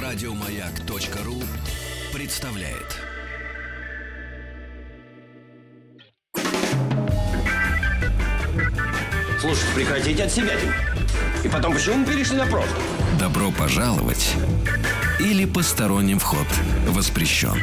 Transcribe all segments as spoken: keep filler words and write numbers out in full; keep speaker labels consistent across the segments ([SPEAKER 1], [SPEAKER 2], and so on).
[SPEAKER 1] Радиомаяк.ру представляет.
[SPEAKER 2] Слушайте, прекратите от себя. И потом, почему мы перешли на прошлое?
[SPEAKER 1] Добро пожаловать или посторонним вход воспрещен.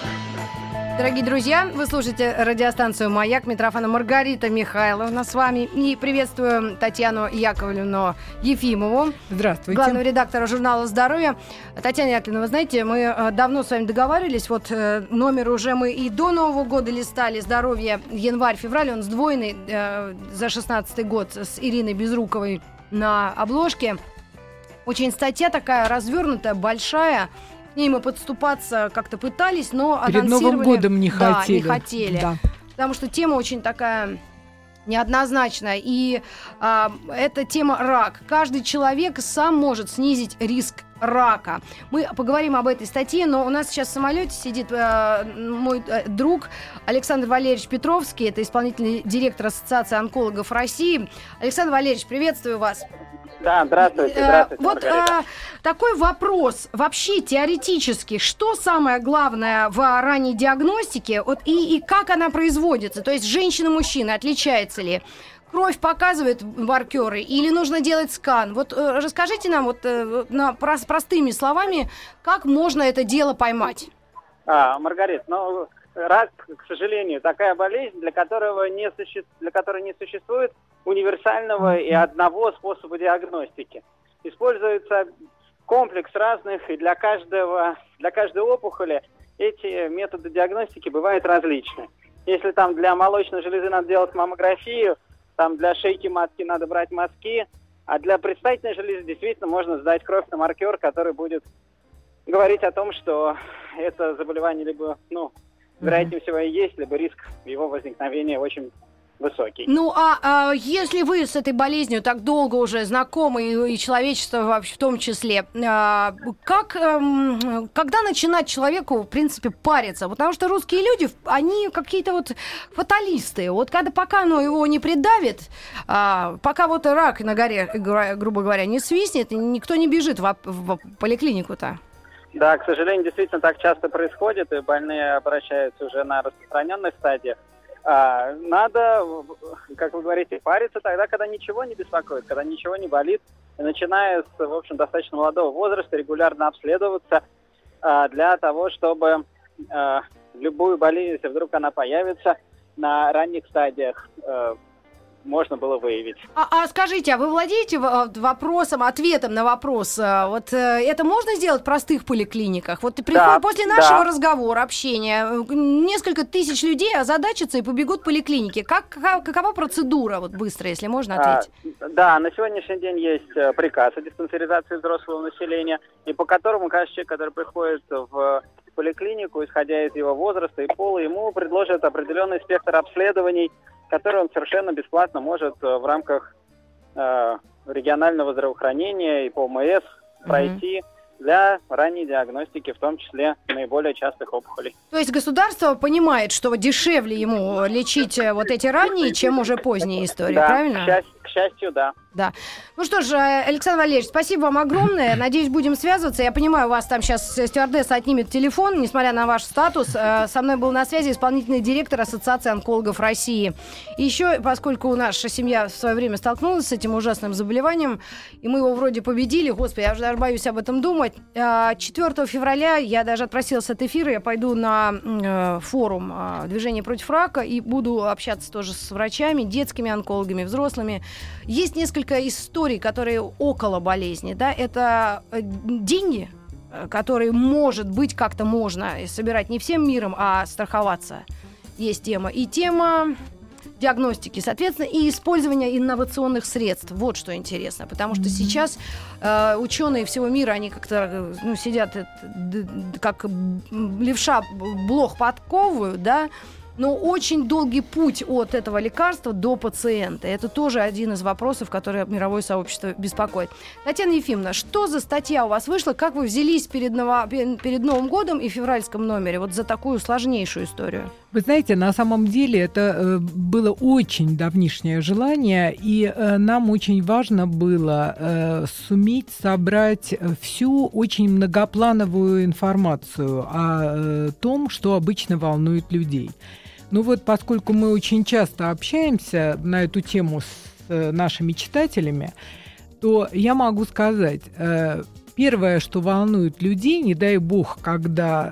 [SPEAKER 3] Дорогие друзья, вы слушаете радиостанцию «Маяк». Митрофана Маргарита Михайловна с вами. И приветствую Татьяну Яковлевну Ефимову.
[SPEAKER 4] Здравствуйте.
[SPEAKER 3] Главного редактора журнала «Здоровье». Татьяна Яковлевна, вы знаете, мы давно с вами договаривались. Вот номер уже мы и до Нового года листали. «Здоровье» январь-февраль. Он сдвоенный э, за шестнадцатый год с Ириной Безруковой на обложке. Очень статья такая развернутая, большая. К ней мы подступаться как-то пытались, но
[SPEAKER 4] перед
[SPEAKER 3] анонсировали...
[SPEAKER 4] Новым годом не
[SPEAKER 3] да,
[SPEAKER 4] хотели.
[SPEAKER 3] не хотели.
[SPEAKER 4] Да.
[SPEAKER 3] Потому что тема очень такая неоднозначная. И а, это тема рак. Каждый человек сам может снизить риск рака. Мы поговорим об этой статье, но у нас сейчас в самолете сидит э, мой э, друг Александр Валерьевич Петровский, это исполнительный директор Ассоциации онкологов России. Александр Валерьевич, приветствую вас.
[SPEAKER 5] Да, здравствуйте, здравствуйте,
[SPEAKER 3] э, Вот э, такой вопрос. Вообще теоретически, что самое главное в ранней диагностике, вот, и, и как она производится? То есть женщина и мужчина, отличается ли? Кровь показывает маркеры или нужно делать скан? Вот э, расскажите нам вот э, на, про, простыми словами, как можно это дело поймать?
[SPEAKER 5] А, Маргарита, ну, рак, к сожалению, такая болезнь, для которого не суще... для которой не существует универсального и одного способа диагностики. Используется комплекс разных, и для каждого, для каждой опухоли эти методы диагностики бывают различны. Если там для молочной железы надо делать маммографию, там для шейки матки надо брать мазки, а для предстательной железы действительно можно сдать кровь на маркер, который будет говорить о том, что это заболевание либо, ну, вероятнее всего и есть, либо риск его возникновения очень высокий.
[SPEAKER 3] Ну, а, а если вы с этой болезнью так долго уже знакомы, и, и человечество вообще в том числе, а, как, эм, когда начинать человеку, в принципе, париться? Потому что русские люди, они какие-то вот фаталисты. Вот когда пока ну, его не придавит, а, пока вот рак на горе, грубо говоря, не свистнет, никто не бежит в, в поликлинику-то.
[SPEAKER 5] Да, к сожалению, действительно так часто происходит, и больные обращаются уже на распространенных стадиях. А, надо, как вы говорите, париться тогда, когда ничего не беспокоит, когда ничего не болит, и начиная с, в общем, достаточно молодого возраста, регулярно обследоваться а, для того, чтобы а, любую болезнь, если вдруг она появится, на ранних стадиях а, можно было выявить.
[SPEAKER 3] А, а скажите, а вы владеете вопросом, ответом на вопрос? Вот это можно сделать в простых поликлиниках? Вот приходит,
[SPEAKER 5] да,
[SPEAKER 3] после нашего
[SPEAKER 5] да.
[SPEAKER 3] разговора, общения, несколько тысяч людей озадачатся и побегут в поликлинике. Как, какова, какова процедура, вот быстро, если можно ответить?
[SPEAKER 5] А, да, на сегодняшний день есть приказ о диспансеризации взрослого населения, и по которому каждый человек, который приходит в поликлинику, исходя из его возраста и пола, ему предложат определенный спектр обследований, который он совершенно бесплатно может в рамках э, регионального здравоохранения и по ОМС пройти mm-hmm. для ранней диагностики, в том числе наиболее частых опухолей.
[SPEAKER 3] То есть государство понимает, что дешевле ему лечить вот эти ранние, чем уже поздние истории,
[SPEAKER 5] да,
[SPEAKER 3] правильно?
[SPEAKER 5] К счастью, к счастью, да.
[SPEAKER 3] Да. Ну что ж, Александр Валерьевич, спасибо вам огромное. Надеюсь, будем связываться. Я понимаю, у вас там сейчас стюардесса отнимет телефон, несмотря на ваш статус. Со мной был на связи исполнительный директор Ассоциации онкологов России. И еще, поскольку наша семья в свое время столкнулась с этим ужасным заболеванием, и мы его вроде победили, господи, я уже даже боюсь об этом думать, четвёртого февраля я даже отпросилась от эфира, я пойду на форум «Движение против рака» и буду общаться тоже с врачами, детскими онкологами, взрослыми. Есть несколько историй, которые около болезни, да, это деньги, которые, может быть, как-то можно собирать не всем миром, а страховаться. Есть тема. И тема диагностики, соответственно, и использования инновационных средств. Вот что интересно, потому что mm-hmm. сейчас э, ученые всего мира, они как-то ну, сидят, как левша блох подковывают, да, Но очень долгий путь от этого лекарства до пациента. Это тоже один из вопросов, который мировое сообщество беспокоит. Татьяна Ефимовна, что за статья у вас вышла? Как вы взялись перед, Ново... перед Новым годом и в февральском номере вот за такую сложнейшую историю?
[SPEAKER 4] Вы знаете, на самом деле это э, было очень давнишнее желание, и э, нам очень важно было э, суметь собрать всю очень многоплановую информацию о э, том, что обычно волнует людей. Ну вот, поскольку мы очень часто общаемся на эту тему с э, нашими читателями, то я могу сказать, э, первое, что волнует людей, не дай бог, когда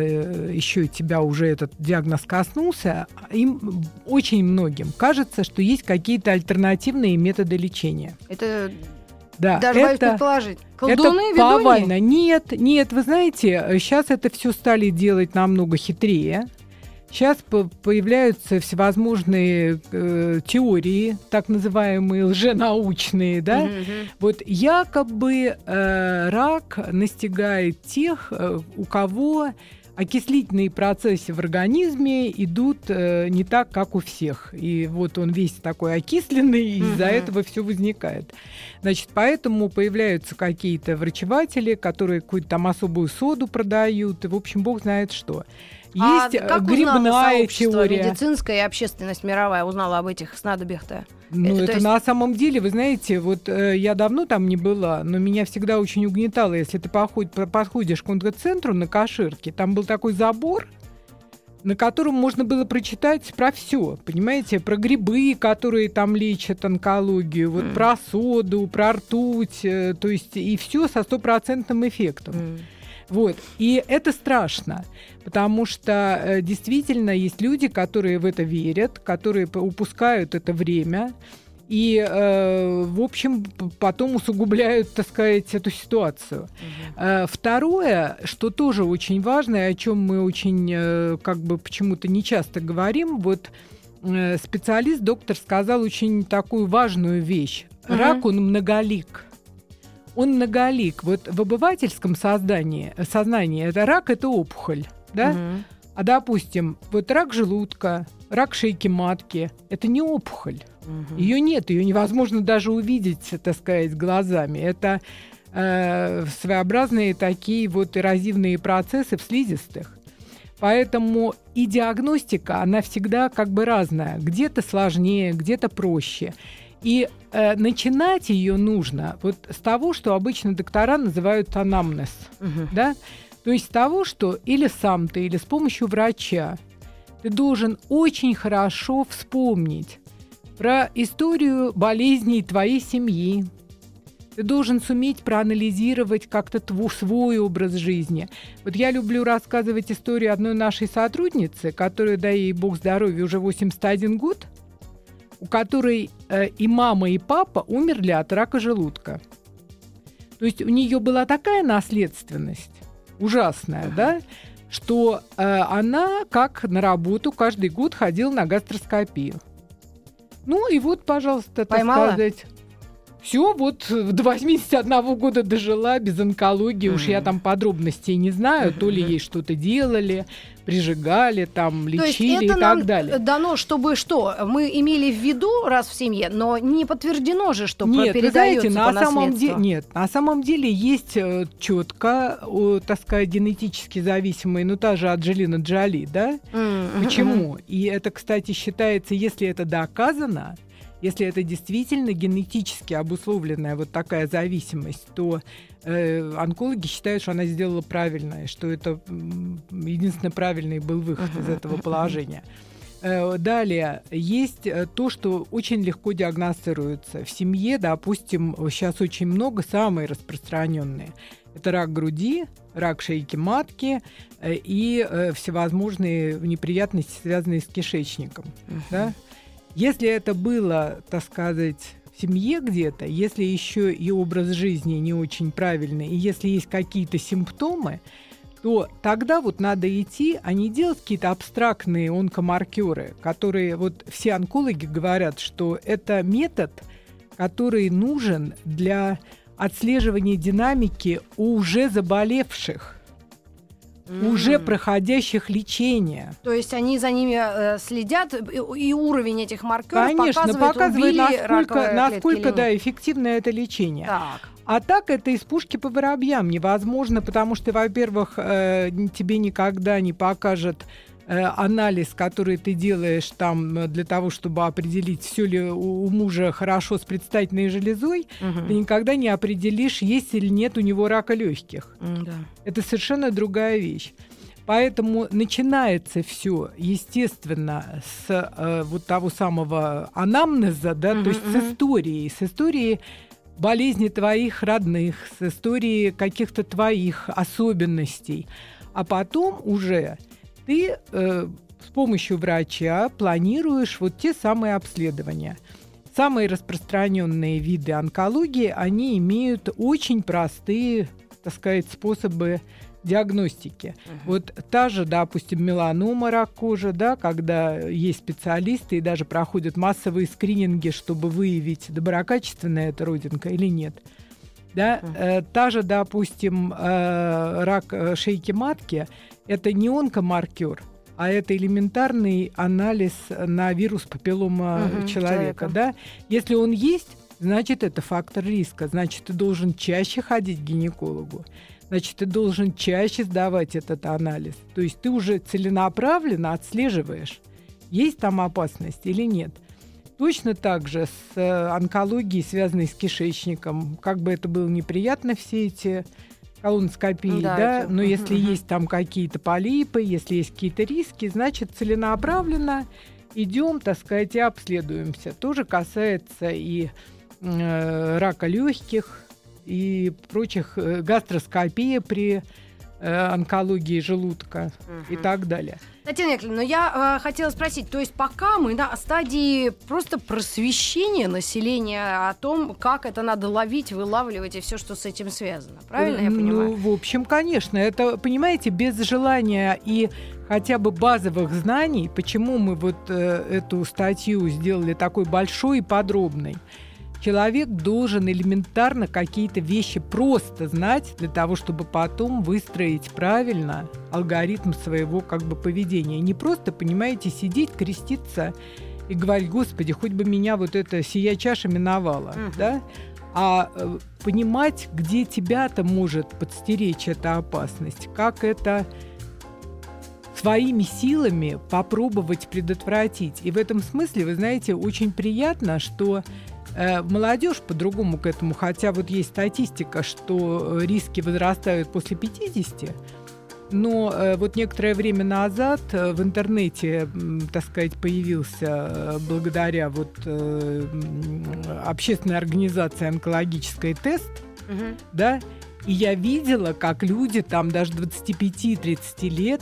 [SPEAKER 4] э, еще тебя уже этот диагноз коснулся, им очень многим кажется, что есть какие-то альтернативные методы лечения.
[SPEAKER 3] Это...
[SPEAKER 4] Да,
[SPEAKER 3] даже
[SPEAKER 4] это,
[SPEAKER 3] боюсь предположить. Колдуны,
[SPEAKER 4] это повально. Нет, нет, вы знаете, сейчас это все стали делать намного хитрее. Сейчас появляются всевозможные э, теории, так называемые лженаучные, да. Mm-hmm. Вот якобы э, рак настигает тех, э, у кого окислительные процессы в организме идут э, не так, как у всех. И вот он весь такой окисленный, и mm-hmm. из-за этого все возникает. Значит, поэтому появляются какие-то врачеватели, которые какую-то там особую соду продают, и, в общем, бог знает что. Есть
[SPEAKER 3] а как
[SPEAKER 4] грибная теория.
[SPEAKER 3] Медицинская и общественность мировая узнала об этих снадобьях-то?
[SPEAKER 4] Ну, это, это
[SPEAKER 3] есть...
[SPEAKER 4] на самом деле, вы знаете, вот э, я давно там не была, но меня всегда очень угнетало, если ты походь, подходишь к онкоцентру на Каширке, там был такой забор, на котором можно было прочитать про все, понимаете, про грибы, которые там лечат онкологию, вот mm. про соду, про ртуть, э, то есть и все со стопроцентным эффектом. Mm. Вот. И это страшно, потому что э, действительно есть люди, которые в это верят, которые упускают это время и, э, в общем, потом усугубляют, так сказать, эту ситуацию. Угу. Э, второе, что тоже очень важно, и о чем мы очень, э, как бы, почему-то не часто говорим, вот э, специалист, доктор сказал очень такую важную вещь. Угу. Рак, он многолик. Он многолик. Вот в обывательском сознании, сознании это рак – это опухоль, да? Угу. А, допустим, вот рак желудка, рак шейки матки – это не опухоль. Угу. Ее нет, ее невозможно даже увидеть, так сказать, глазами. Это э, своеобразные такие вот эрозивные процессы в слизистых. Поэтому и диагностика, она всегда как бы разная. Где-то сложнее, где-то проще. И э, начинать ее нужно вот с того, что обычно доктора называют анамнез. Uh-huh. Да? То есть с того, что или сам ты, или с помощью врача ты должен очень хорошо вспомнить про историю болезней твоей семьи. Ты должен суметь проанализировать как-то твой, свой образ жизни. Вот я люблю рассказывать историю одной нашей сотрудницы, которая, дай ей бог здоровья, уже восемьдесят один год, у которой э, и мама, и папа умерли от рака желудка. То есть у нее была такая наследственность, ужасная, uh-huh. да, что э, она как на работу каждый год ходила на гастроскопию. Ну и вот, пожалуйста, так сказать... Все, вот до восьмидесяти одного года дожила без онкологии. Mm-hmm. Уж я там подробностей не знаю. Mm-hmm. То ли ей что-то делали, прижигали, там, лечили и так далее.
[SPEAKER 3] Дано, чтобы что? Мы имели в виду раз в семье, но не подтверждено же, что
[SPEAKER 4] нет,
[SPEAKER 3] передается
[SPEAKER 4] знаете,
[SPEAKER 3] по
[SPEAKER 4] на самом
[SPEAKER 3] наследству.
[SPEAKER 4] де- Нет, на самом деле есть четко, так сказать, генетически зависимые, ну, та же Анджелина Джоли, да? Mm-hmm. Почему? И это, кстати, считается, если это доказано, если это действительно генетически обусловленная вот такая зависимость, то э, онкологи считают, что она сделала правильно, что это единственно правильный был выход из этого положения. Э, далее, есть то, что очень легко диагностируется. В семье, допустим, сейчас очень много, самые распространенные. Это рак груди, рак шейки матки э, и э, всевозможные неприятности, связанные с кишечником. Uh-huh. Да? Если это было, так сказать, в семье где-то, если еще и образ жизни не очень правильный, и если есть какие-то симптомы, то тогда вот надо идти, а не делать какие-то абстрактные онкомаркеры, которые вот все онкологи говорят, что это метод, который нужен для отслеживания динамики у уже заболевших.
[SPEAKER 3] Mm.
[SPEAKER 4] уже проходящих лечение.
[SPEAKER 3] То есть они за ними э, следят, и, и уровень этих маркеров
[SPEAKER 4] Конечно,
[SPEAKER 3] показывает,
[SPEAKER 4] показывает,
[SPEAKER 3] убили
[SPEAKER 4] насколько, насколько
[SPEAKER 3] да,
[SPEAKER 4] да, эффективно это лечение.
[SPEAKER 3] Так.
[SPEAKER 4] А так это из пушки по воробьям невозможно, потому что, во-первых, э, тебе никогда не покажет э, анализ, который ты делаешь там для того, чтобы определить, все ли у, у мужа хорошо с предстательной железой,
[SPEAKER 3] Угу.
[SPEAKER 4] ты никогда не определишь, есть или нет у него рака легких.
[SPEAKER 3] Да.
[SPEAKER 4] Это совершенно другая вещь. Поэтому начинается все, естественно, с э, вот того самого анамнеза, да,
[SPEAKER 3] Мгм,
[SPEAKER 4] то есть
[SPEAKER 3] мгм.
[SPEAKER 4] с истории, с истории болезни твоих родных, с истории каких-то твоих особенностей. А потом уже ты э, с помощью врача планируешь вот те самые обследования. Самые распространенные виды онкологии, они имеют очень простые, так сказать, способы диагностики. Uh-huh. Вот та же, допустим, меланома, рак кожи, да, когда есть специалисты и даже проходят массовые скрининги, чтобы выявить, доброкачественная эта родинка или нет. Да? Uh-huh. Э, та же, допустим, э, рак э, шейки матки, это не онкомаркер, а это элементарный анализ на вирус папиллома uh-huh, человека. человека. Да? Если он есть, значит, это фактор риска. Значит, ты должен чаще ходить к гинекологу. Значит, ты должен чаще сдавать этот анализ. То есть ты уже целенаправленно отслеживаешь, есть там опасность или нет. Точно так же с онкологией, связанной с кишечником. Как бы это было неприятно, все эти колоноскопии, да, да? Но uh-huh, если uh-huh. есть там какие-то полипы, если есть какие-то риски, значит, целенаправленно идем, так сказать, и обследуемся. Тоже касается и э, рака легких, и прочих, э, гастроскопия при э, онкологии желудка угу. и так далее.
[SPEAKER 3] Татьяна Яковлевна, но я э, хотела спросить, то есть пока мы на стадии просто просвещения населения о том, как это надо ловить, вылавливать и все, что с этим связано, правильно я понимаю?
[SPEAKER 4] Ну, в общем, конечно. Это, понимаете, без желания и хотя бы базовых знаний, почему мы вот э, эту статью сделали такой большой и подробной. Человек должен элементарно какие-то вещи просто знать для того, чтобы потом выстроить правильно алгоритм своего как бы поведения. Не просто, понимаете, сидеть, креститься и говорить: Господи, хоть бы меня вот эта сия чаша миновала, uh-huh. да? А э, понимать, где тебя-то может подстеречь эта опасность, как это своими силами попробовать предотвратить. И в этом смысле, вы знаете, очень приятно, что молодежь по-другому к этому, хотя вот есть статистика, что риски возрастают после пятидесяти, но э, вот некоторое время назад в интернете, так сказать, появился благодаря вот э, общественной организации онкологический тест, угу. да, и я видела, как люди там даже двадцати пяти тридцати лет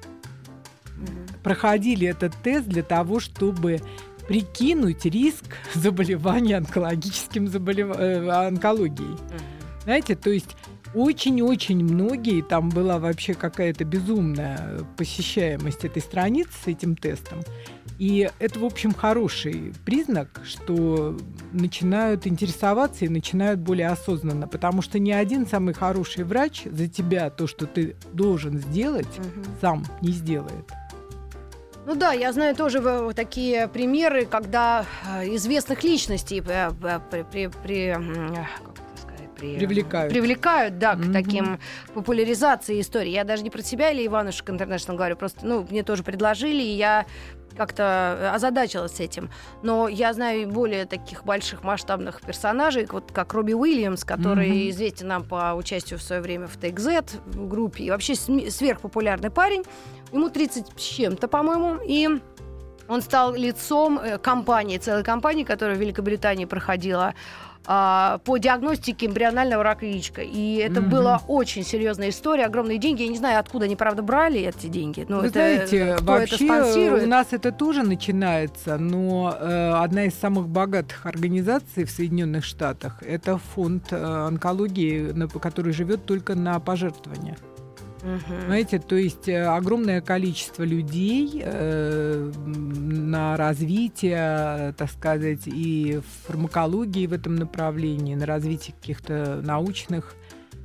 [SPEAKER 4] угу. проходили этот тест для того, чтобы прикинуть риск заболевания онкологическим заболев... э, онкологией. Uh-huh. Знаете, то есть очень-очень многие, там была вообще какая-то безумная посещаемость этой страницы с этим тестом. И это, в общем, хороший признак, что начинают интересоваться и начинают более осознанно, потому что ни один самый хороший врач за тебя то, что ты должен сделать, uh-huh. сам не сделает.
[SPEAKER 3] Ну да, я знаю тоже такие примеры, когда известных личностей при, при, при, как это сказать, при,
[SPEAKER 4] привлекают.
[SPEAKER 3] привлекают, да, mm-hmm. к таким популяризации истории. Я даже не про себя или Иванушек Интернешнл говорю, просто, ну, мне тоже предложили, и я как-то озадачилась этим. Но я знаю и более таких больших масштабных персонажей, вот как Робби Уильямс, который mm-hmm. известен нам по участию в свое время в Take That в группе, и вообще сверхпопулярный парень. Ему тридцать с чем-то, по-моему, и он стал лицом компании, целой компании, которая в Великобритании проходила а, по диагностике эмбрионального рака яичка. И это mm-hmm. была очень серьезная история, огромные деньги. Я не знаю, откуда они, правда, брали эти деньги. Но
[SPEAKER 4] Вы
[SPEAKER 3] это,
[SPEAKER 4] знаете,
[SPEAKER 3] кто
[SPEAKER 4] вообще
[SPEAKER 3] это спонсирует?
[SPEAKER 4] У нас это тоже начинается, но э, одна из самых богатых организаций в Соединенных Штатах — это фонд э, онкологии, на, который живет только на пожертвования. Uh-huh. Знаете, то есть э, огромное количество людей э, на развитие, так сказать, и фармакологии в этом направлении, на развитие каких-то научных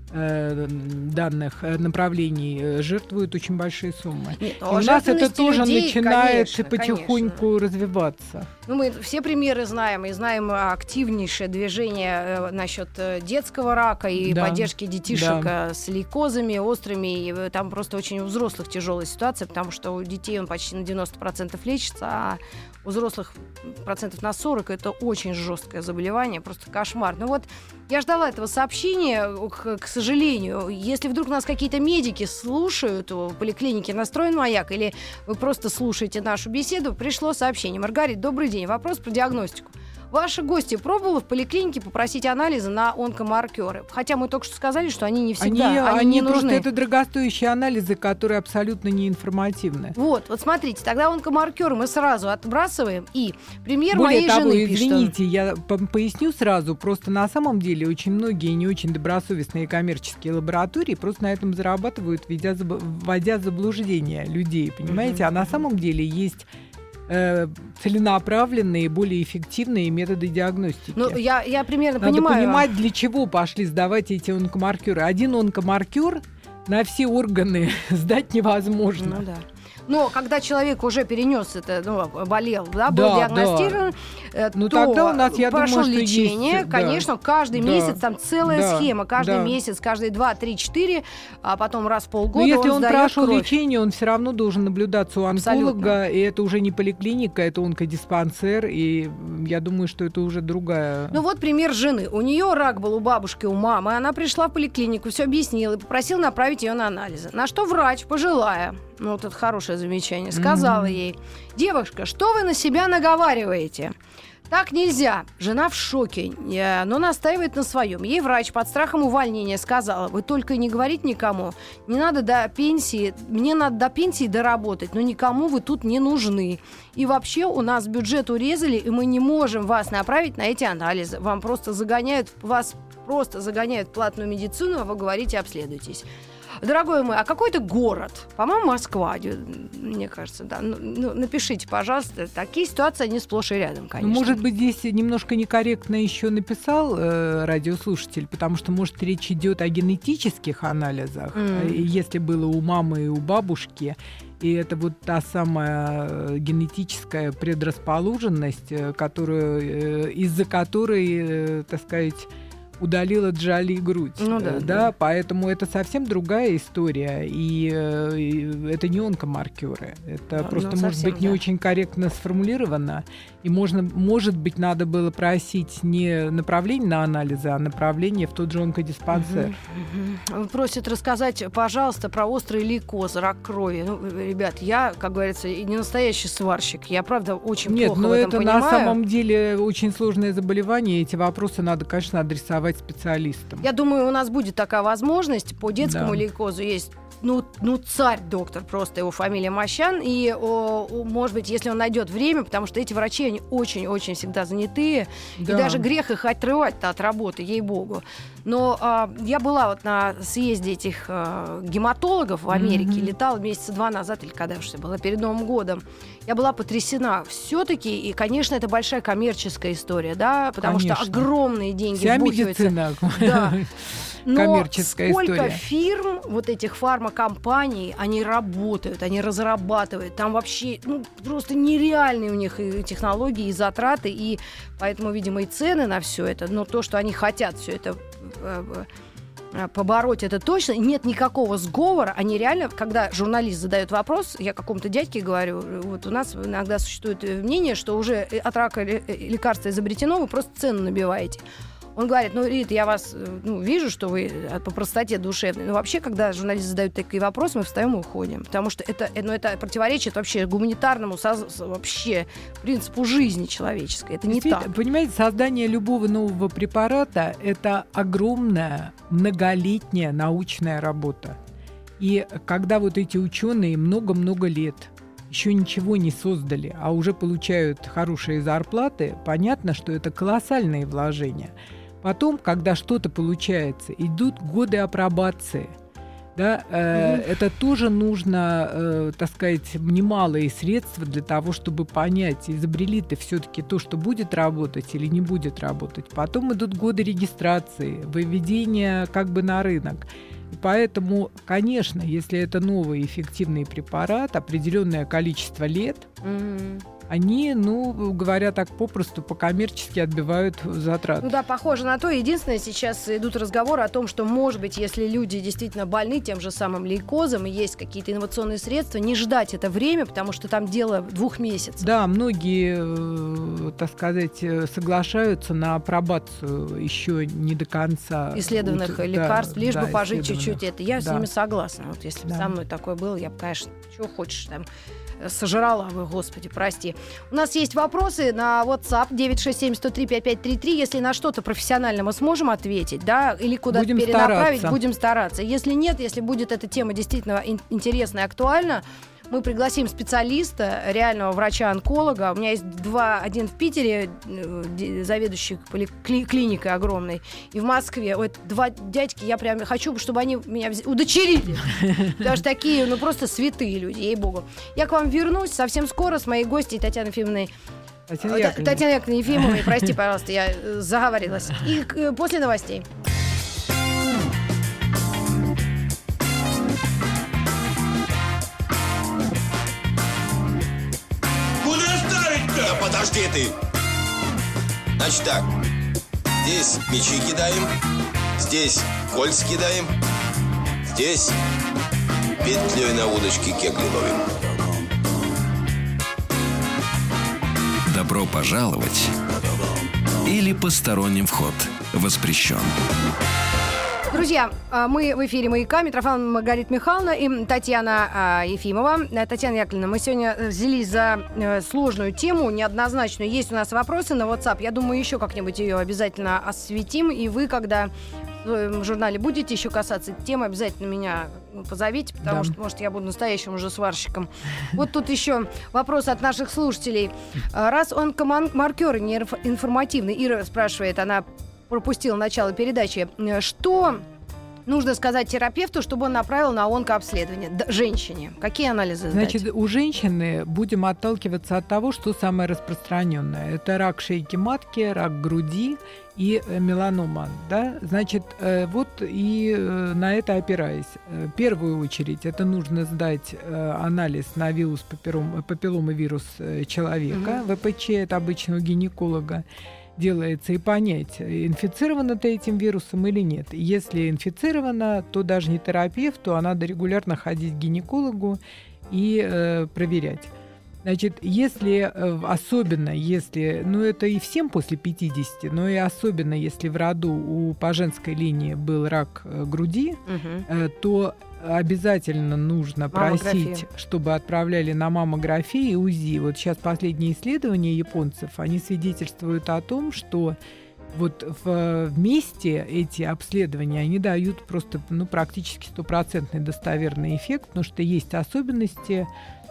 [SPEAKER 4] э, данных э, направлений э, жертвуют очень большие суммы.
[SPEAKER 3] Нет,
[SPEAKER 4] И у нас это тоже людей, начинает конечно, потихоньку конечно. развиваться.
[SPEAKER 3] Ну, мы все примеры знаем, и знаем активнейшее движение э, насчет детского рака и да. поддержки детишек да. с лейкозами острыми. И там просто очень у взрослых тяжелая ситуация, потому что у детей он почти на девяносто процентов лечится, а у взрослых процентов на сорок это очень жесткое заболевание, просто кошмар. Ну вот я ждала этого сообщения, к, к сожалению. Если вдруг нас какие-то медики слушают в поликлинике «Настроен маяк», или вы просто слушаете нашу беседу, пришло сообщение. Маргарита, добрый день. Вопрос про диагностику. Ваши гости пробовали в поликлинике попросить анализы на онкомаркеры? Хотя мы только что сказали, что они не всегда,
[SPEAKER 4] они,
[SPEAKER 3] они,
[SPEAKER 4] они
[SPEAKER 3] не
[SPEAKER 4] просто
[SPEAKER 3] нужны.
[SPEAKER 4] Это дорогостоящие анализы, которые абсолютно не информативны.
[SPEAKER 3] Вот, вот смотрите, тогда онкомаркеры мы сразу отбрасываем. И премьер
[SPEAKER 4] Более
[SPEAKER 3] моей
[SPEAKER 4] того,
[SPEAKER 3] жены
[SPEAKER 4] извините,
[SPEAKER 3] пишет,
[SPEAKER 4] я по- поясню сразу, просто на самом деле очень многие не очень добросовестные коммерческие лаборатории просто на этом зарабатывают, вводя, вводя в заблуждение людей, понимаете? Mm-hmm. А на самом деле есть целенаправленные, более эффективные методы диагностики.
[SPEAKER 3] Ну, я, я примерно
[SPEAKER 4] Надо
[SPEAKER 3] понимаю.
[SPEAKER 4] понимать, для чего пошли сдавать эти онкомаркеры. Один онкомаркер на все органы сдать невозможно.
[SPEAKER 3] Ну, да. Но когда человек уже перенес это, ну, болел, да, был
[SPEAKER 4] да,
[SPEAKER 3] диагностирован,
[SPEAKER 4] да.
[SPEAKER 3] то
[SPEAKER 4] ну, тогда у нас, я
[SPEAKER 3] прошло
[SPEAKER 4] думаю,
[SPEAKER 3] лечение.
[SPEAKER 4] Есть,
[SPEAKER 3] конечно,
[SPEAKER 4] да.
[SPEAKER 3] каждый
[SPEAKER 4] да.
[SPEAKER 3] месяц там целая
[SPEAKER 4] да.
[SPEAKER 3] схема. Каждый
[SPEAKER 4] да.
[SPEAKER 3] месяц, каждые два, три, четыре, а потом раз в полгода.
[SPEAKER 4] Но если
[SPEAKER 3] он,
[SPEAKER 4] он прошел
[SPEAKER 3] кровь.
[SPEAKER 4] лечение, он все равно должен наблюдаться у онколога.
[SPEAKER 3] Абсолютно.
[SPEAKER 4] И это уже не поликлиника, это онкодиспансер. И я думаю, что это уже другая.
[SPEAKER 3] Ну вот пример жены. У нее рак был у бабушки, у мамы. Она пришла в поликлинику, все объяснила и попросила направить ее на анализы. На что врач, пожилая, ну вот это хорошее замечание, сказала mm-hmm. ей: девушка, что вы на себя наговариваете? Так нельзя. Жена в шоке, но настаивает на своем. Ей врач под страхом увольнения сказала: вы только не говорите никому, не надо до пенсии, мне надо до пенсии доработать, но никому вы тут не нужны. И вообще у нас бюджет урезали, и мы не можем вас направить на эти анализы. Вам просто загоняют, вас просто загоняют в платную медицину, а вы говорите: обследуйтесь. Дорогой мой, а какой это город? По-моему, Москва, мне кажется, да. Ну, напишите, пожалуйста. Такие ситуации, они сплошь и рядом, конечно.
[SPEAKER 4] Может быть, здесь немножко некорректно еще написал э, радиослушатель, потому что, может, речь идет о генетических анализах, mm. если было у мамы и у бабушки. И это вот та самая генетическая предрасположенность, которую, из-за которой, так сказать, удалила Джоли грудь. Ну, да, да. да, поэтому это совсем другая история. И, и это не онкомаркеры. Это да, просто, ну, может быть, да. не очень корректно сформулировано. И можно, может быть, надо было просить не направление на анализы, а направление в тот же онкодиспансер.
[SPEAKER 3] Угу, угу. Просят рассказать, пожалуйста, про острый лейкоз, рак крови. Ну, ребят, я, как говорится, не настоящий сварщик. Я, правда, очень
[SPEAKER 4] Нет,
[SPEAKER 3] плохо
[SPEAKER 4] но
[SPEAKER 3] в этом
[SPEAKER 4] это
[SPEAKER 3] понимаю.
[SPEAKER 4] На самом деле очень сложное заболевание. Эти вопросы надо, конечно, адресовать специалистам.
[SPEAKER 3] Я думаю, у нас будет такая возможность. По детскому
[SPEAKER 4] да.
[SPEAKER 3] лейкозу есть ну, ну, царь доктор, просто его фамилия Мощан. И, о, о, может быть, если он найдет время, потому что эти врачи, они очень-очень всегда занятые. Да. И даже грех их отрывать-то от работы, ей-богу. Но а, я была вот на съезде этих а, гематологов в Америке, mm-hmm. летала месяца два назад, или когда уже была, перед Новым годом. Я была потрясена. Все-таки, и, конечно, это большая коммерческая история, да, потому конечно. Что огромные деньги
[SPEAKER 4] Вся
[SPEAKER 3] вбухиваются.
[SPEAKER 4] Медицина.
[SPEAKER 3] Да. Но
[SPEAKER 4] коммерческая
[SPEAKER 3] сколько
[SPEAKER 4] история.
[SPEAKER 3] фирм, вот этих фармакомпаний, они работают, они разрабатывают. Там вообще ну, просто нереальные у них и технологии, и затраты, и поэтому, видимо, и цены на все это. Но то, что они хотят все это побороть, это точно. Нет никакого сговора. Они реально, когда журналист задает вопрос, я какому-то дядьке говорю, вот у нас иногда существует мнение, что уже от рака лекарство изобретено, вы просто цену набиваете. Он говорит: ну, Рит, я вас ну, вижу, что вы по простоте душевной. Но вообще, когда журналисты задают такие вопросы, мы встаем и уходим. Потому что это, ну, это противоречит вообще гуманитарному соз... вообще принципу жизни человеческой. Это не так.
[SPEAKER 4] Понимаете, создание любого нового препарата – это огромная многолетняя научная работа. И когда вот эти ученые много-много лет еще ничего не создали, а уже получают хорошие зарплаты, понятно, что это колоссальные вложения. Потом, когда что-то получается, идут годы апробации. Да, э, mm-hmm. это тоже нужно, э, так сказать, немалые средства для того, чтобы понять, изобрели-то все-таки то, что будет работать или не будет работать. Потом идут годы регистрации, выведения как бы на рынок. И поэтому, конечно, если это новый эффективный препарат, определенное количество лет, mm-hmm. они, ну, говоря так попросту, по-коммерчески отбивают затраты.
[SPEAKER 3] Ну да, похоже на то. Единственное, сейчас идут разговоры о том, что, может быть, если люди действительно больны тем же самым лейкозом и есть какие-то инновационные средства, не ждать это время, потому что там дело двух месяцев.
[SPEAKER 4] Да, многие, так сказать, соглашаются на апробацию еще не до конца
[SPEAKER 3] исследованных
[SPEAKER 4] вот,
[SPEAKER 3] лекарств,
[SPEAKER 4] да,
[SPEAKER 3] лишь
[SPEAKER 4] да,
[SPEAKER 3] бы пожить чуть-чуть. Это я
[SPEAKER 4] да.
[SPEAKER 3] с ними согласна. Вот если бы
[SPEAKER 4] да.
[SPEAKER 3] со мной такое было, я бы, конечно, чего хочешь там сожрала вы, господи, прости. У нас есть вопросы на WhatsApp девять шесть семь сто три пять пять три три. Если на что-то профессионально мы сможем ответить, да, или куда-то
[SPEAKER 4] будем
[SPEAKER 3] перенаправить,
[SPEAKER 4] стараться.
[SPEAKER 3] будем стараться. Если нет, если будет эта тема действительно ин- интересна и актуальна, мы пригласим специалиста, реального врача-онколога. У меня есть два, один в Питере, заведующий кли- клиникой огромной, и в Москве. Вот два дядьки, я прям хочу, чтобы они меня вз... удочерили. Потому что такие, ну, просто святые люди, ей-богу. Я к вам вернусь совсем скоро с моей гостьей Татьяной Ефимовной.
[SPEAKER 4] Татьяна Яковлевна.
[SPEAKER 3] Татьяна Яковлевна Ефимовой, прости, пожалуйста, я заговорилась. И к- после новостей.
[SPEAKER 6] Да подожди ты! Значит так, здесь мячи кидаем, здесь кольца кидаем, здесь петлей на удочке кегли ловим.
[SPEAKER 1] Добро пожаловать или посторонним вход воспрещен.
[SPEAKER 3] Друзья, мы в эфире «Маяка». Митрофан Маргарита Михайловна и Татьяна Ефимова. Татьяна Яковлевна, мы сегодня взялись за сложную тему, неоднозначную. Есть у нас вопросы на WhatsApp. Я думаю, еще как-нибудь ее обязательно осветим. И вы, когда в журнале будете еще касаться этой темы, обязательно меня позовите, потому да. что, может, я буду настоящим уже сварщиком. Вот тут еще вопрос от наших слушателей. Раз онкомаркеры не информативны, Ира спрашивает, она пропустила начало передачи. Что нужно сказать терапевту, чтобы он направил на онкообследование? Д- женщине. Какие анализы сдать?
[SPEAKER 4] Значит, у женщины будем отталкиваться от того, что самое распространенное. Это рак шейки матки, рак груди и меланома. Да? Значит, вот и на это опираясь. В первую очередь это нужно сдать анализ на вирус папилломавирус человека. Угу. ВПЧ, это обычно у гинеколога делается, и понять, инфицирована ты этим вирусом или нет. Если инфицирована, то даже не терапевту, а надо регулярно ходить к гинекологу и э, проверять. Значит, если, э, особенно если, ну это и всем после пятидесяти, но и особенно если в роду у, по женской линии был рак э, груди, угу. э, то обязательно нужно просить, чтобы отправляли на маммографию и УЗИ. Вот сейчас последние исследования японцев, они свидетельствуют о том, что вот в, вместе эти обследования, они дают просто ну, практически стопроцентный достоверный эффект, потому что есть особенности,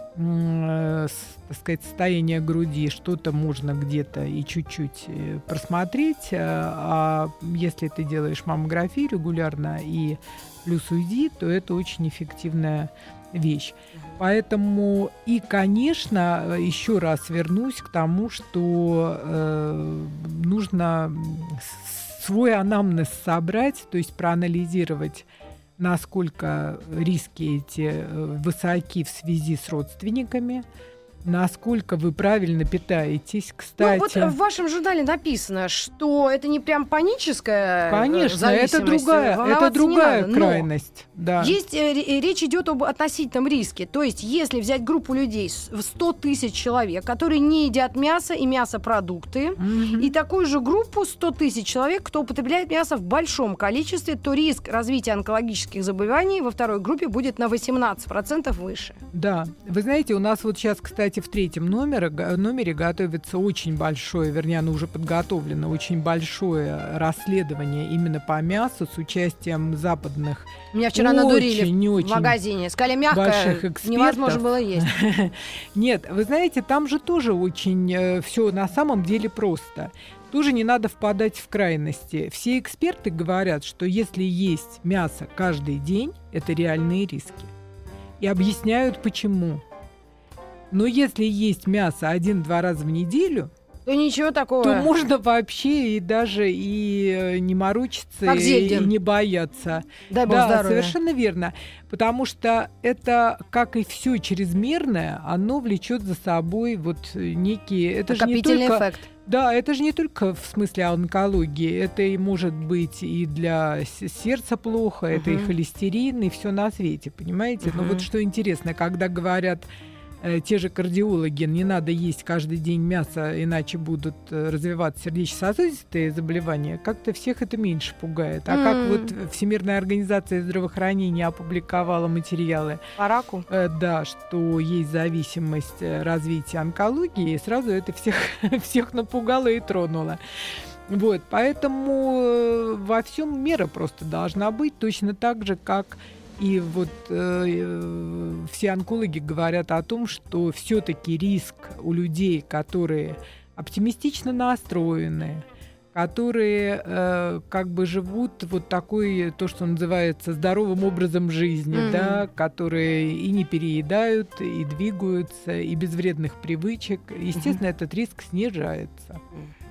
[SPEAKER 4] э, с, так сказать, состояния груди, что-то можно где-то и чуть-чуть просмотреть, а если ты делаешь маммографию регулярно и плюс УЗИ, то это очень эффективная вещь. Поэтому и, конечно, еще раз вернусь к тому, что э, нужно свой анамнез собрать, то есть проанализировать, насколько риски эти высоки в связи с родственниками, насколько вы правильно питаетесь, кстати.
[SPEAKER 3] Ну, вот в вашем журнале написано, что это не прям паническая
[SPEAKER 4] Конечно,
[SPEAKER 3] зависимость.
[SPEAKER 4] это другая, это другая крайность. Да.
[SPEAKER 3] Есть, э, речь идет об относительном риске. То есть, если взять группу людей в сто тысяч человек, которые не едят мясо и мясопродукты, mm-hmm. и такую же группу сто тысяч человек, кто употребляет мясо в большом количестве, то риск развития онкологических заболеваний во второй группе будет на восемнадцать процентов выше.
[SPEAKER 4] Да. Вы знаете, у нас вот сейчас, кстати, в третьем номере, номере готовится очень большое, вернее, оно уже подготовлено, очень большое расследование именно по мясу с участием западных.
[SPEAKER 3] Меня вчера надурили
[SPEAKER 4] очень,
[SPEAKER 3] в
[SPEAKER 4] очень
[SPEAKER 3] магазине. Сказали, мягкое, невозможно было есть.
[SPEAKER 4] Нет, вы знаете, там же тоже очень э, все на самом деле просто. тоже не надо впадать в крайности. Все эксперты говорят, что если есть мясо каждый день, это реальные риски. И объясняют, почему. Но если есть мясо один-два раза в неделю,
[SPEAKER 3] то ничего такого.
[SPEAKER 4] То можно вообще и даже и не морочиться, и, и не бояться.
[SPEAKER 3] Дай бог
[SPEAKER 4] да,
[SPEAKER 3] здоровья.
[SPEAKER 4] Совершенно верно. Потому что это, как и все чрезмерное, оно влечет за собой вот некие... Это же не только,
[SPEAKER 3] эффект.
[SPEAKER 4] Да, это же не только в смысле онкологии. Это и может быть и для сердца плохо, uh-huh. это и холестерин, и все на свете, понимаете? Uh-huh. Но вот что интересно, когда говорят... Те же кардиологи, не надо есть каждый день мясо, иначе будут развиваться сердечно-сосудистые заболевания, как-то всех это меньше пугает. А mm. как вот Всемирная организация здравоохранения опубликовала материалы,
[SPEAKER 3] по раку?
[SPEAKER 4] Э, да, что есть зависимость развития онкологии, и сразу это всех, всех напугало и тронуло. Вот, поэтому во всем мера просто должна быть, точно так же, как и вот э, все онкологи говорят о том, что все-таки риск у людей, которые оптимистично настроены, которые э, как бы живут вот такой, то, что называется, здоровым образом жизни, mm-hmm. да, которые и не переедают, и двигаются, и без вредных привычек, естественно, mm-hmm. этот риск снижается.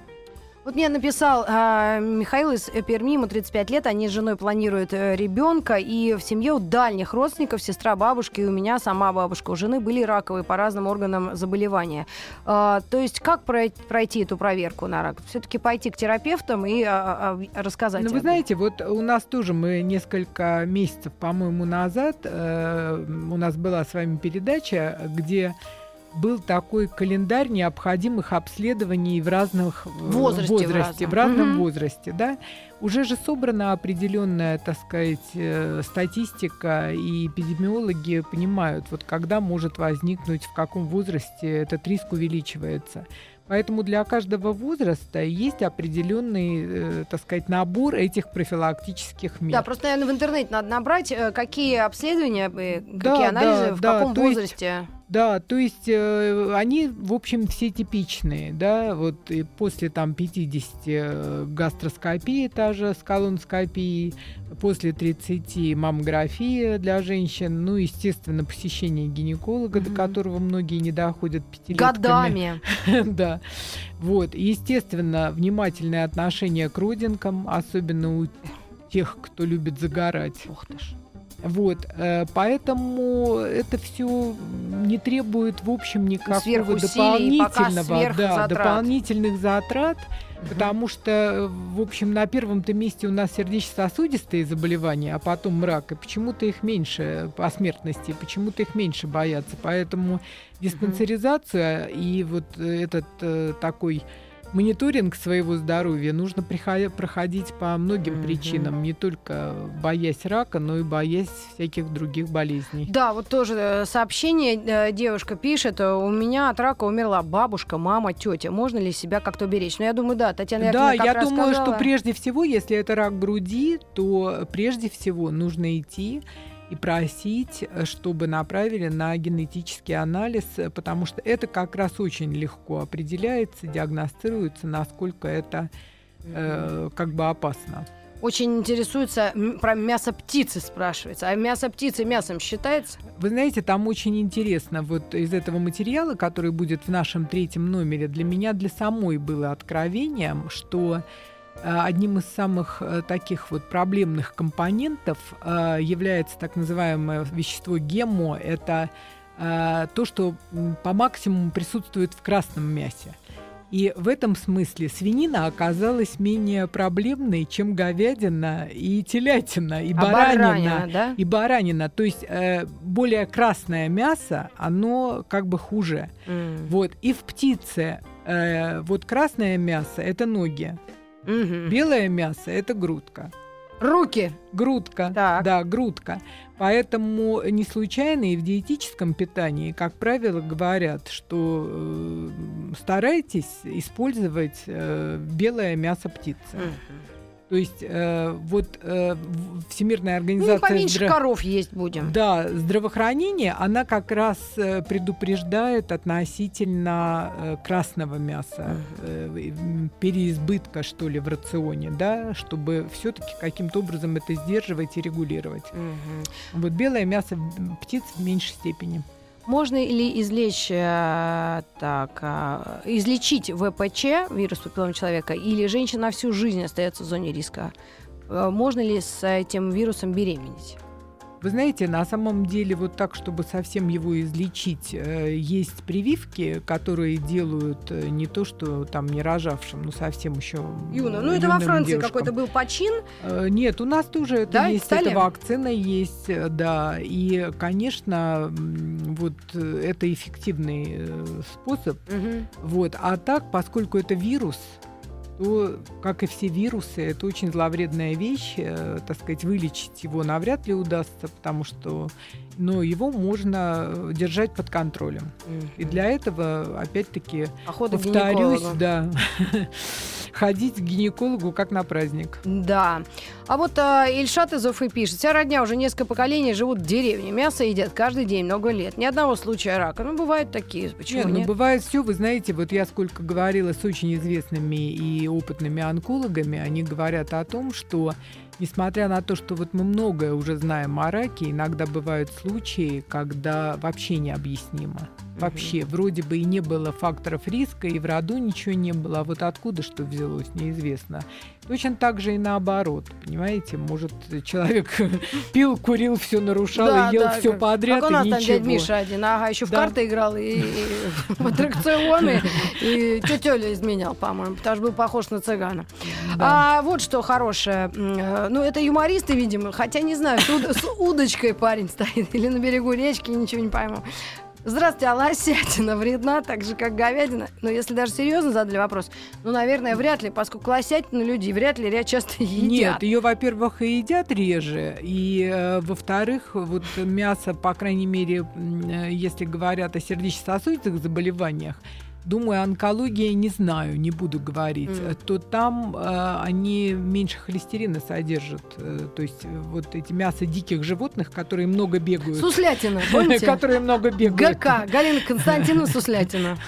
[SPEAKER 3] Вот мне написал э, Михаил из Перми, ему тридцать пять лет, они с женой планируют э, ребенка, и в семье у дальних родственников, сестра бабушки, и у меня сама бабушка, у жены были раковые по разным органам заболевания. Э, то есть как пройти, пройти эту проверку на рак? Все-таки пойти к терапевтам и э, э, рассказать?
[SPEAKER 4] Ну, вы знаете, вот у нас тоже мы несколько месяцев, по-моему, назад, э, у нас была с вами передача, где... был такой календарь необходимых обследований в разных
[SPEAKER 3] возрасте,
[SPEAKER 4] возрасте,
[SPEAKER 3] в,
[SPEAKER 4] в разном
[SPEAKER 3] mm-hmm.
[SPEAKER 4] возрасте, да. Уже же собрана определенная, так сказать, статистика, и эпидемиологи понимают, вот когда может возникнуть, в каком возрасте этот риск увеличивается. Поэтому для каждого возраста есть определенный, э, так сказать, набор этих профилактических мер.
[SPEAKER 3] Да, просто, наверное, в интернете надо набрать, какие обследования, какие
[SPEAKER 4] да,
[SPEAKER 3] анализы,
[SPEAKER 4] да,
[SPEAKER 3] в
[SPEAKER 4] да,
[SPEAKER 3] каком
[SPEAKER 4] то
[SPEAKER 3] возрасте.
[SPEAKER 4] Есть, да, то есть э, они, в общем, все типичные, да, вот и после там пятидесяти гастроскопия, та же с колоноскопией, после тридцати маммография для женщин, ну, естественно, посещение гинеколога, mm-hmm. до которого многие не доходят пятилетками.
[SPEAKER 3] Годами.
[SPEAKER 4] Да. Вот. Естественно, внимательное отношение к родинкам, особенно у тех, кто любит загорать.
[SPEAKER 3] Ух ты ж.
[SPEAKER 4] Вот, поэтому это все не требует, в общем, никакого дополнительного, да, дополнительных затрат, uh-huh. потому что, в общем, на первом-то месте у нас сердечно-сосудистые заболевания, а потом рак, и почему-то их меньше по смертности, почему-то их меньше боятся, поэтому диспансеризация uh-huh. и вот этот э, такой мониторинг своего здоровья нужно приходи, проходить по многим mm-hmm. причинам, не только боясь рака, но и боясь всяких других болезней.
[SPEAKER 3] Да, вот тоже сообщение девушка пишет: у меня от рака умерла бабушка, мама, тетя. Можно ли себя как-то беречь? Ну, я думаю, да, Татьяна Яковлевна
[SPEAKER 4] Да,
[SPEAKER 3] как
[SPEAKER 4] я
[SPEAKER 3] раз
[SPEAKER 4] думаю,
[SPEAKER 3] сказала.
[SPEAKER 4] что прежде всего, если это рак груди, то прежде всего нужно идти и просить, чтобы направили на генетический анализ, потому что это как раз очень легко определяется, диагностируется, насколько это э, как бы опасно.
[SPEAKER 3] Очень интересуется про мясо птицы, спрашивается. А мясо птицы мясом считается?
[SPEAKER 4] Вы знаете, там очень интересно. Вот из этого материала, который будет в нашем третьем номере, для меня, для самой было откровением, что одним из самых э, таких вот проблемных компонентов э, является так называемое вещество гемо. Это э, то, что по максимуму присутствует в красном мясе. И в этом смысле свинина оказалась менее проблемной, чем говядина и телятина, и
[SPEAKER 3] а
[SPEAKER 4] баранина.
[SPEAKER 3] баранина, да?
[SPEAKER 4] И баранина. То есть э, более красное мясо, оно как бы хуже. Mm. Вот. И в птице э, вот красное мясо – это ноги. Угу. Белое мясо – это грудка.
[SPEAKER 3] Руки.
[SPEAKER 4] Грудка,
[SPEAKER 3] так.
[SPEAKER 4] да, грудка. Поэтому не случайно и в диетическом питании, как правило, говорят, что э, старайтесь использовать э, белое мясо птицы.
[SPEAKER 3] Угу.
[SPEAKER 4] То есть э, вот э, Всемирная организация...
[SPEAKER 3] Ну, поменьше
[SPEAKER 4] здра...
[SPEAKER 3] коров есть будем.
[SPEAKER 4] Да, здравоохранение, она как раз э, предупреждает относительно э, красного мяса, э, переизбытка, что ли, в рационе, да, чтобы все-таки каким-то образом это сдерживать и регулировать.
[SPEAKER 3] Угу.
[SPEAKER 4] Вот белое мясо птиц в меньшей степени.
[SPEAKER 3] Можно ли излечь, э, так, э, излечить ВПЧ, вирус папиллома человека, или женщина на всю жизнь остается в зоне риска? Э, можно ли с этим вирусом беременеть?
[SPEAKER 4] Вы знаете, на самом деле вот так, чтобы совсем его излечить, э, есть прививки, которые делают э, не то, что там не рожавшим, но совсем еще
[SPEAKER 3] Юно. Ну, это во Франции девушкам. Какой-то был почин.
[SPEAKER 4] Э, нет, у нас тоже это
[SPEAKER 3] да,
[SPEAKER 4] есть, это вакцина есть, да. И, конечно, вот это эффективный способ. Угу. Вот. А так, поскольку это вирус, то, как и все вирусы, это очень зловредная вещь, э, так сказать, вылечить его навряд ли удастся, потому что, но его можно держать под контролем. Mm-hmm. И для этого, опять-таки,
[SPEAKER 3] Походу
[SPEAKER 4] повторюсь, да, ходить к гинекологу как на праздник.
[SPEAKER 3] Да. А вот а, Ильшат из Уфы пишет: вся родня уже несколько поколений живут в деревне, мясо едят каждый день много лет, ни одного случая рака. Ну, бывают такие, почему нет?
[SPEAKER 4] Нет, ну, бывает все, вы знаете, вот я сколько говорила с очень известными и опытными онкологами, они говорят о том, что несмотря на то, что вот мы многое уже знаем о раке, иногда бывают случаи, когда вообще необъяснимо. Вообще, mm-hmm. вроде бы и не было факторов риска, и в роду ничего не было, а вот откуда что взялось, неизвестно. Точно так же и наоборот, понимаете, может, человек пил, курил, все нарушал, да, и ел да, все как, подряд, как
[SPEAKER 3] у нас
[SPEAKER 4] и
[SPEAKER 3] там
[SPEAKER 4] ничего.
[SPEAKER 3] Дядь Миша один, ага, еще в
[SPEAKER 4] да.
[SPEAKER 3] карты играл, и в аттракционы, и тетя изменял, по-моему, потому что был похож на цыгана. А вот что хорошее, ну, это юмористы, видимо, хотя не знаю, с удочкой парень стоит или на берегу речки, ничего не пойму. Здравствуйте, а лосятина вредна, так же, как говядина? Ну, если даже серьезно задали вопрос, ну, наверное, вряд ли, поскольку лосятину люди вряд ли часто едят.
[SPEAKER 4] Нет, ее, во-первых, и едят реже, и, э, во-вторых, вот мясо, по крайней мере, э, если говорят о сердечно-сосудистых заболеваниях, думаю, онкология, не знаю, не буду говорить, mm. то там э, они меньше холестерина содержат. Э, то есть вот эти мясо диких животных, которые много бегают.
[SPEAKER 3] Суслятина, помните?
[SPEAKER 4] Которые много бегают.
[SPEAKER 3] ГК, Галина Константиновна Суслятина.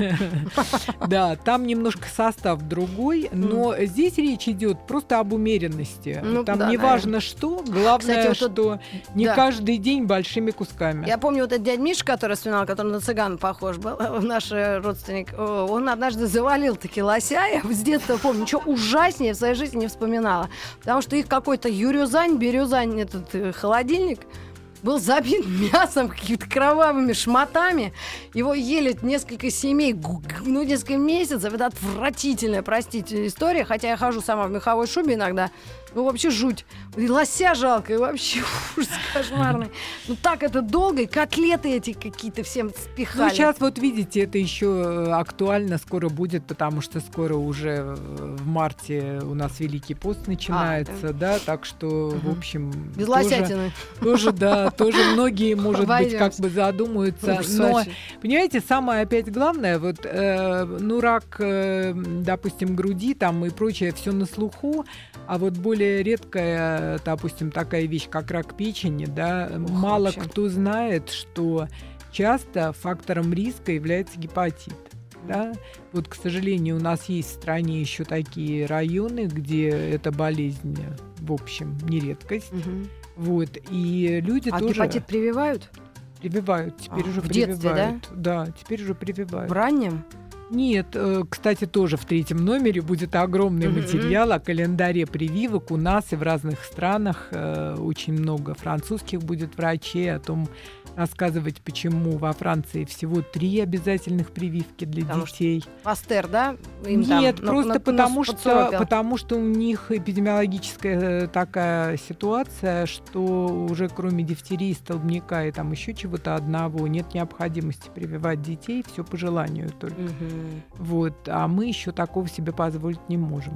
[SPEAKER 4] Да, там немножко состав другой, но здесь речь идет просто об умеренности. Там не важно что, главное, что не каждый день большими кусками.
[SPEAKER 3] Я помню вот этот дядь Миша, который вспоминал, который на цыган похож был, наш родственник, он однажды завалил таки лося. Я с детства помню, ничего ужаснее в своей жизни не вспоминала. Потому что их какой-то Юрюзань, Бирюзань, этот э, холодильник был забит мясом, какими-то кровавыми шматами. Его ели несколько семей, ну, несколько месяцев. Это отвратительная, простите, история. Хотя я хожу сама в меховой шубе иногда. Ну, вообще жуть. И лося жалко, и вообще ужас кошмарный. Ну, так это долго, и котлеты эти какие-то всем спихали.
[SPEAKER 4] Ну, сейчас вот видите, это еще актуально скоро будет, потому что скоро уже в марте у нас Великий пост начинается, а, да, так что, угу. в общем...
[SPEAKER 3] Без лосятины.
[SPEAKER 4] Тоже, да, тоже многие, может быть, как бы задумаются. Но, понимаете, самое опять главное, вот, ну, рак, допустим, груди там и прочее, все на слуху, а вот более редкая, допустим, такая вещь, как рак печени, да, Ох, мало вообще. Кто знает, что часто фактором риска является гепатит. Да? Вот, к сожалению, у нас есть в стране еще такие районы, где эта болезнь, в общем, не редкость. Угу. Вот, и люди
[SPEAKER 3] а
[SPEAKER 4] тоже...
[SPEAKER 3] А гепатит прививают?
[SPEAKER 4] Прививают, теперь а, уже
[SPEAKER 3] в
[SPEAKER 4] прививают.
[SPEAKER 3] Детстве,
[SPEAKER 4] да? Да, теперь уже прививают.
[SPEAKER 3] В раннем?
[SPEAKER 4] Нет, кстати, тоже в третьем номере будет огромный mm-hmm. материал о календаре прививок у нас и в разных странах. Очень много французских будет врачей о том, рассказывать, почему во Франции всего три обязательных прививки для
[SPEAKER 3] потому
[SPEAKER 4] детей.
[SPEAKER 3] Пастер, да?
[SPEAKER 4] Им Нет, там, просто на, потому, что, потому что у них эпидемиологическая такая ситуация, что уже кроме дифтерии, столбняка и там еще чего-то одного нет необходимости прививать детей, все по желанию только. Угу. Вот, а мы еще такого себе позволить не можем.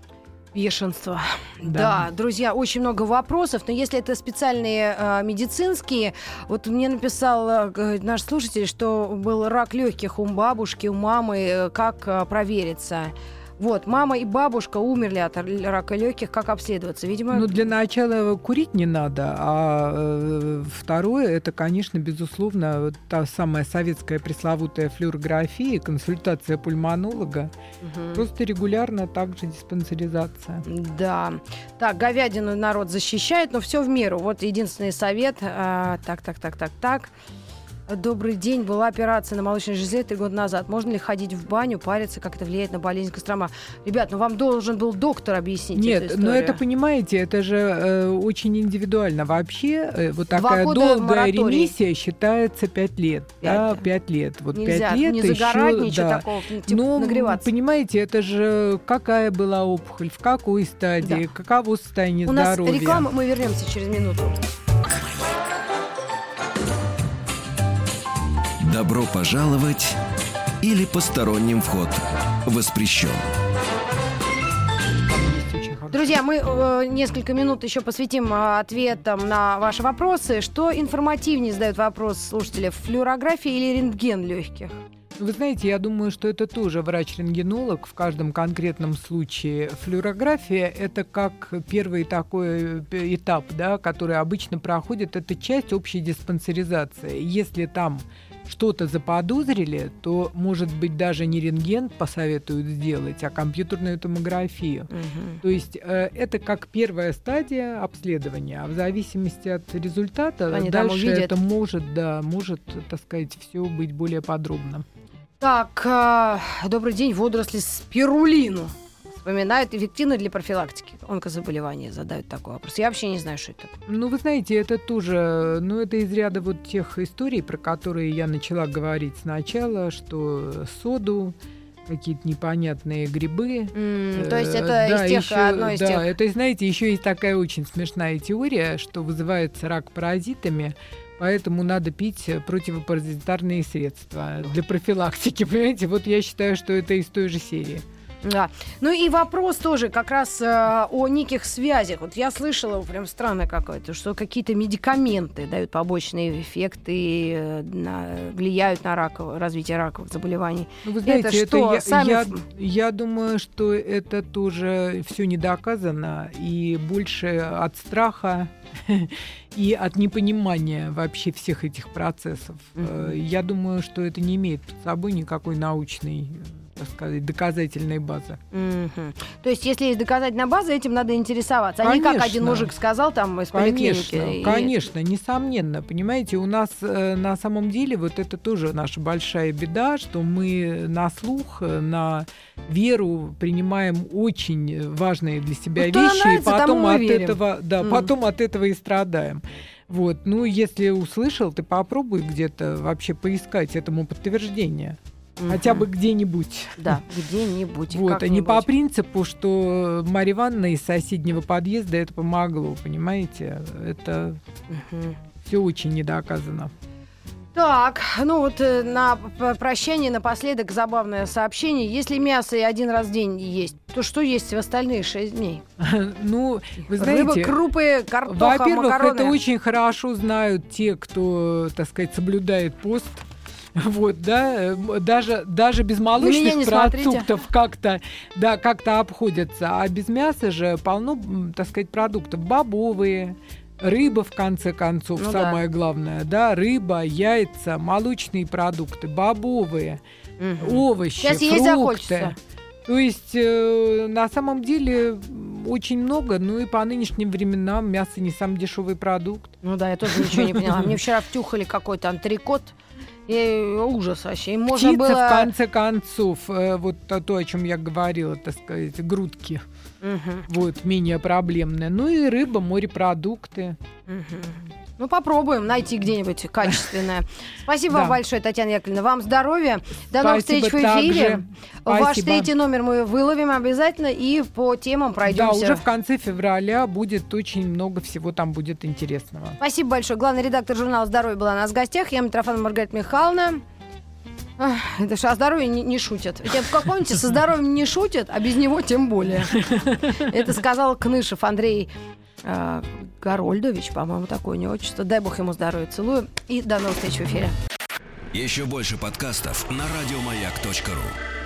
[SPEAKER 3] Бешенство. Да. да, друзья, очень много вопросов, но если это специальные э, медицинские, вот мне написал э, наш слушатель, что был рак легких у бабушки, у мамы, э, как э, провериться. Вот, мама и бабушка умерли от рака легких, как обследоваться? Видимо...
[SPEAKER 4] Ну, для начала курить не надо, а э, второе, это, конечно, безусловно, вот та самая советская пресловутая флюорография, консультация пульмонолога, угу. Просто регулярно также диспансеризация.
[SPEAKER 3] Да. Так, говядину народ защищает, но все в меру. Вот единственный совет. А, так, так, так, так, так. Добрый день. Была операция на молочной железе три года назад. Можно ли ходить в баню, париться, как это влияет на болезнь Кострома? Ребят, ну вам должен был доктор объяснить
[SPEAKER 4] Нет,
[SPEAKER 3] эту историю.
[SPEAKER 4] но это, понимаете, это же э, очень индивидуально. Вообще, э, вот такая долгая
[SPEAKER 3] мораторий.
[SPEAKER 4] Ремиссия считается пять лет.
[SPEAKER 3] Пять,
[SPEAKER 4] да,
[SPEAKER 3] да.
[SPEAKER 4] пять лет. Вот
[SPEAKER 3] нельзя
[SPEAKER 4] пять лет
[SPEAKER 3] не загорать,
[SPEAKER 4] еще,
[SPEAKER 3] ничего
[SPEAKER 4] да.
[SPEAKER 3] такого, типа
[SPEAKER 4] Но,
[SPEAKER 3] нагреваться.
[SPEAKER 4] Понимаете, это же какая была опухоль, в какой стадии,
[SPEAKER 3] Да.
[SPEAKER 4] каково состояние
[SPEAKER 3] У
[SPEAKER 4] здоровья.
[SPEAKER 3] нас реклама, мы вернемся через минуту.
[SPEAKER 1] Добро пожаловать или посторонним вход воспрещен.
[SPEAKER 3] Друзья, мы э, несколько минут еще посвятим э, ответам на ваши вопросы. Что информативнее задают вопрос слушателя: флюорография или рентген легких?
[SPEAKER 4] Вы знаете, я думаю, что это тоже врач-рентгенолог в каждом конкретном случае. Флюорография – это как первый такой этап, да, который обычно проходит. Это часть общей диспансеризации. Если там что-то заподозрили, то, может быть, даже не рентген посоветуют сделать, а компьютерную томографию. Угу. То есть э, это как первая стадия обследования, а в зависимости от результата
[SPEAKER 3] Они
[SPEAKER 4] дальше это может, да, может, так сказать, все быть более подробно.
[SPEAKER 3] Так, э, добрый день. Водоросли спирулину вспоминают эффективно для профилактики онкозаболевания. Задают такой вопрос. Я вообще не знаю, что это такое.
[SPEAKER 4] Ну, вы знаете, это тоже, ну, это из ряда вот тех историй, про которые я начала говорить сначала, что соду, какие-то непонятные грибы.
[SPEAKER 3] Mm, то есть это
[SPEAKER 4] да,
[SPEAKER 3] из тех,
[SPEAKER 4] еще,
[SPEAKER 3] одно из
[SPEAKER 4] да,
[SPEAKER 3] тех...
[SPEAKER 4] это, знаете, еще есть такая очень смешная теория, что вызывается рак паразитами, поэтому надо пить противопаразитарные средства для профилактики, понимаете? Вот я считаю, что это из той же серии.
[SPEAKER 3] Да. Ну и вопрос тоже как раз э, о неких связях. Вот я слышала, прям странно какое-то, что какие-то медикаменты дают побочные эффекты и э, на, влияют на раковое, развитие раковых заболеваний.
[SPEAKER 4] Ну, вы знаете,
[SPEAKER 3] это
[SPEAKER 4] это
[SPEAKER 3] что?
[SPEAKER 4] я,
[SPEAKER 3] Сами...
[SPEAKER 4] я, я думаю, что это тоже все не доказано, и больше от страха и от непонимания вообще всех этих процессов. Mm-hmm. Я думаю, что это не имеет под собой никакой научной, так сказать, доказательной базы.
[SPEAKER 3] Mm-hmm. То есть, если есть доказательная база, этим надо интересоваться. А не как один мужик сказал там из поликлиники.
[SPEAKER 4] Конечно,
[SPEAKER 3] и...
[SPEAKER 4] конечно, несомненно. Понимаете, у нас э, на самом деле вот это тоже наша большая беда, что мы на слух, на веру принимаем очень важные для себя
[SPEAKER 3] ну,
[SPEAKER 4] вещи, и потом от
[SPEAKER 3] верим.
[SPEAKER 4] этого, да, mm. потом от этого и страдаем. Вот, ну, если услышал, ты попробуй где-то вообще поискать этому подтверждение. Mm-hmm. Хотя бы где-нибудь.
[SPEAKER 3] Да, где-нибудь.
[SPEAKER 4] Вот, а не по принципу, что Марья Ивановна из соседнего подъезда это помогло, понимаете? Это mm-hmm. все очень недоказано.
[SPEAKER 3] Так, ну вот э, на прощание напоследок забавное сообщение. Если мясо и один раз в день есть, то что есть в остальные шесть дней?
[SPEAKER 4] Ну, вы знаете...
[SPEAKER 3] Рыба, крупы, картоха,
[SPEAKER 4] во-первых,
[SPEAKER 3] макароны.
[SPEAKER 4] это очень хорошо знают те, кто, так сказать, соблюдает пост. Вот, да, даже, даже без молочных продуктов как-то, да, как-то обходятся. А без мяса же полно, так сказать, продуктов. Бобовые, рыба, в конце концов, ну, самое да. главное, да, рыба, яйца, молочные продукты, бобовые, угу. овощи,
[SPEAKER 3] сейчас
[SPEAKER 4] фрукты.
[SPEAKER 3] Есть захочется.
[SPEAKER 4] То есть, э, на самом деле, очень много, ну и по нынешним временам мясо не самый дешевый продукт.
[SPEAKER 3] Ну да, я тоже ничего не поняла. Мне вчера втюхали какой-то антрекот. И ужас вообще. И можно
[SPEAKER 4] птица,
[SPEAKER 3] было...
[SPEAKER 4] в конце концов, э, вот то, то, о чем я говорила, так сказать, грудки, угу. вот, менее проблемные. Ну и рыба, морепродукты.
[SPEAKER 3] Угу. Ну, попробуем найти где-нибудь качественное. Спасибо
[SPEAKER 4] да.
[SPEAKER 3] вам большое, Татьяна Яковлевна. Вам здоровья. До новых
[SPEAKER 4] Спасибо
[SPEAKER 3] встреч в эфире. Ваш третий номер мы выловим обязательно и по темам пройдемся.
[SPEAKER 4] Да, уже в конце февраля будет очень много всего, там будет интересного.
[SPEAKER 3] Спасибо большое. Главный редактор журнала «Здоровье» была у нас в гостях. Я Митрофанова Маргарита Михайловна. Ах, это же о здоровье не, не шутят. Ведь в каком-нибудь со здоровьем не шутят, а без него тем более. Это сказал Кнышев Андрей Горольдович, по-моему, такое у него отчество. Дай бог ему здоровья. Целую. И до новых встреч в эфире.
[SPEAKER 1] Еще больше подкастов на радиомаяк точка ру.